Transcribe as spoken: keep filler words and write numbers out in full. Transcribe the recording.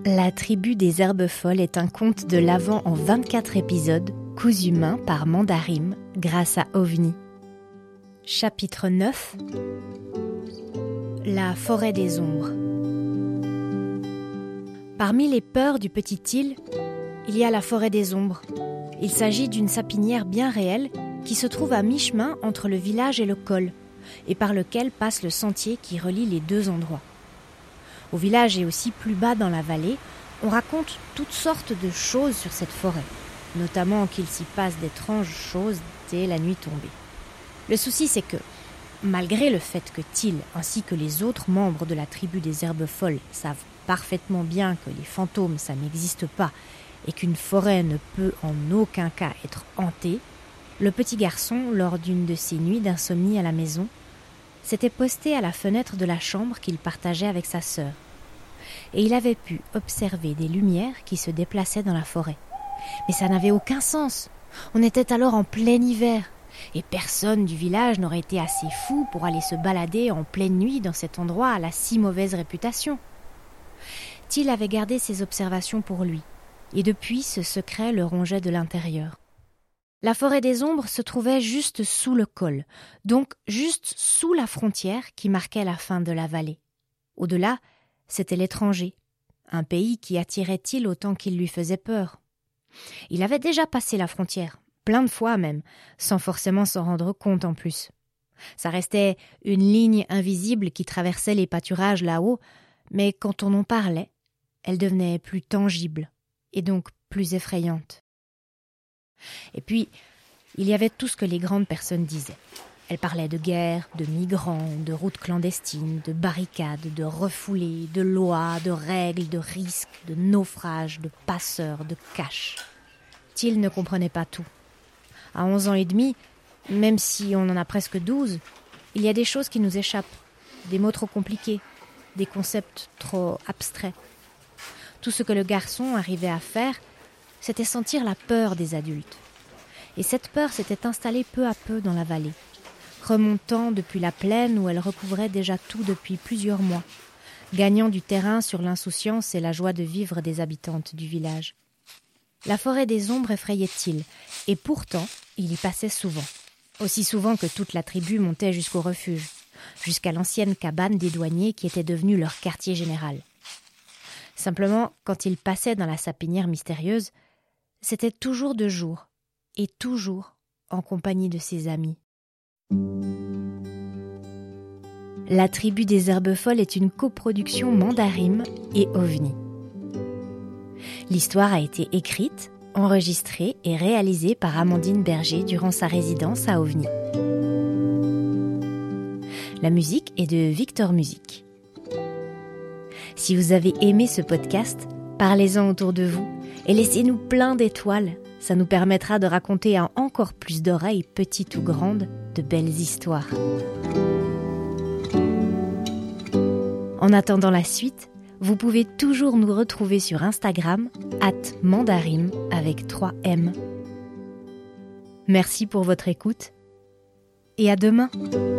La tribu des herbes folles est un conte de l'Avent en vingt-quatre épisodes, cousu main par Mandarim grâce à OVNI. Chapitre neuf. La forêt des ombres. Parmi les peurs du petit île, il y a la forêt des ombres. Il s'agit d'une sapinière bien réelle qui se trouve à mi-chemin entre le village et le col, et par lequel passe le sentier qui relie les deux endroits. Au village et aussi plus bas dans la vallée, on raconte toutes sortes de choses sur cette forêt, notamment qu'il s'y passe d'étranges choses dès la nuit tombée. Le souci, c'est que, malgré le fait que Till ainsi que les autres membres de la tribu des herbes folles savent parfaitement bien que les fantômes, ça n'existe pas et qu'une forêt ne peut en aucun cas être hantée, le petit garçon, lors d'une de ses nuits d'insomnie à la maison, s'était posté à la fenêtre de la chambre qu'il partageait avec sa sœur. Et il avait pu observer des lumières qui se déplaçaient dans la forêt. Mais ça n'avait aucun sens. On était alors en plein hiver, et personne du village n'aurait été assez fou pour aller se balader en pleine nuit dans cet endroit à la si mauvaise réputation. Till avait gardé ses observations pour lui, et depuis ce secret le rongeait de l'intérieur. La forêt des ombres se trouvait juste sous le col, donc juste sous la frontière qui marquait la fin de la vallée. Au-delà, c'était l'étranger, un pays qui attirait Till autant qu'il lui faisait peur. Il avait déjà passé la frontière, plein de fois même, sans forcément s'en rendre compte en plus. Ça restait une ligne invisible qui traversait les pâturages là-haut, mais quand on en parlait, elle devenait plus tangible, et donc plus effrayante. Et puis, il y avait tout ce que les grandes personnes disaient. Elles parlaient de guerre, de migrants, de routes clandestines, de barricades, de refoulés, de lois, de règles, de risques, de naufrages, de passeurs, de caches. Till ne comprenait pas tout. À onze ans et demi, même si on en a presque douze, il y a des choses qui nous échappent, des mots trop compliqués, des concepts trop abstraits. Tout ce que le garçon arrivait à faire, c'était sentir la peur des adultes. Et cette peur s'était installée peu à peu dans la vallée, remontant depuis la plaine où elle recouvrait déjà tout depuis plusieurs mois, gagnant du terrain sur l'insouciance et la joie de vivre des habitantes du village. La forêt des ombres effrayait Till, et pourtant, il y passait souvent. Aussi souvent que toute la tribu montait jusqu'au refuge, jusqu'à l'ancienne cabane des douaniers qui était devenue leur quartier général. Simplement, quand il passait dans la sapinière mystérieuse, c'était toujours de jour, et toujours en compagnie de ses amis. La tribu des herbes folles est une coproduction Mandarim et OVNI. L'histoire a été écrite, enregistrée et réalisée par Amandine Berger durant sa résidence à OVNI. La musique est de Victor Music. Si vous avez aimé ce podcast, parlez-en autour de vous et laissez-nous plein d'étoiles. Ça nous permettra de raconter à encore plus d'oreilles, petites ou grandes, de belles histoires. En attendant la suite, vous pouvez toujours nous retrouver sur Instagram, arobase mandarim avec trois M. Merci pour votre écoute et à demain.